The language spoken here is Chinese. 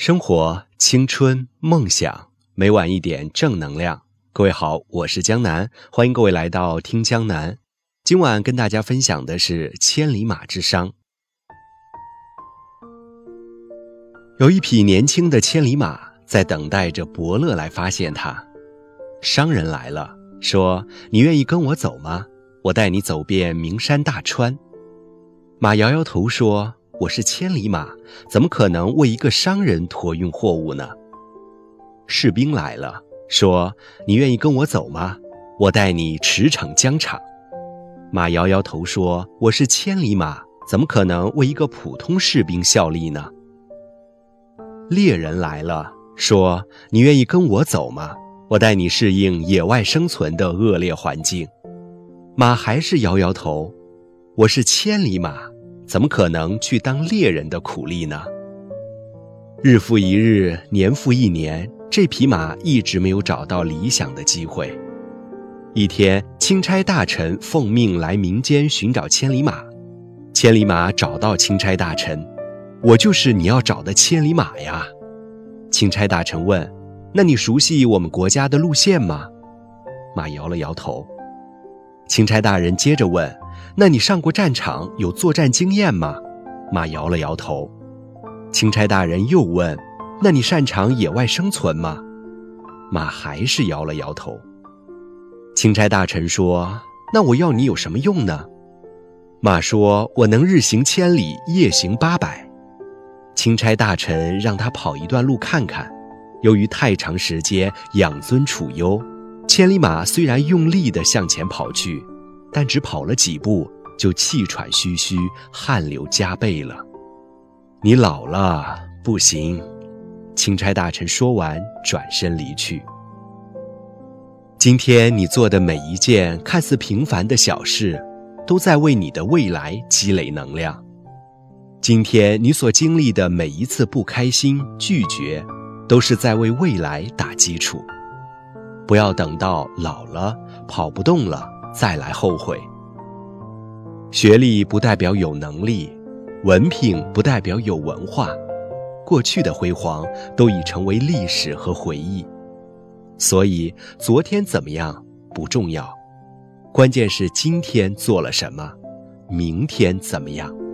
生活、青春、梦想，每晚一点正能量。各位好，我是江南，欢迎各位来到听江南。今晚跟大家分享的是千里马之殇。有一匹年轻的千里马在等待着伯乐来发现它。商人来了，说：你愿意跟我走吗？我带你走遍名山大川。马摇摇头说：我是千里马，怎么可能为一个商人驮运货物呢？士兵来了，说：你愿意跟我走吗？我带你驰骋疆场。马摇摇头说：我是千里马，怎么可能为一个普通士兵效力呢？猎人来了，说：你愿意跟我走吗？我带你适应野外生存的恶劣环境。马还是摇摇头：我是千里马，怎么可能去当猎人的苦力呢？日复一日，年复一年，这匹马一直没有找到理想的机会。一天，钦差大臣奉命来民间寻找千里马。千里马找到钦差大臣：我就是你要找的千里马呀。钦差大臣问：那你熟悉我们国家的路线吗？马摇了摇头。钦差大人接着问：那你上过战场，有作战经验吗？马摇了摇头。钦差大人又问：那你擅长野外生存吗？马还是摇了摇头。钦差大臣说：那我要你有什么用呢？马说：我能日行千里，夜行800。钦差大臣让他跑一段路看看，由于太长时间养尊处优，千里马虽然用力地向前跑去，但只跑了几步就气喘吁吁，汗流浃背了。你老了，不行。钦差大臣说完，转身离去。今天你做的每一件看似平凡的小事，都在为你的未来积累能量。今天你所经历的每一次不开心、拒绝，都是在为未来打基础。不要等到老了，跑不动了，再来后悔。学历不代表有能力，文凭不代表有文化，过去的辉煌都已成为历史和回忆。所以昨天怎么样不重要，关键是今天做了什么，明天怎么样。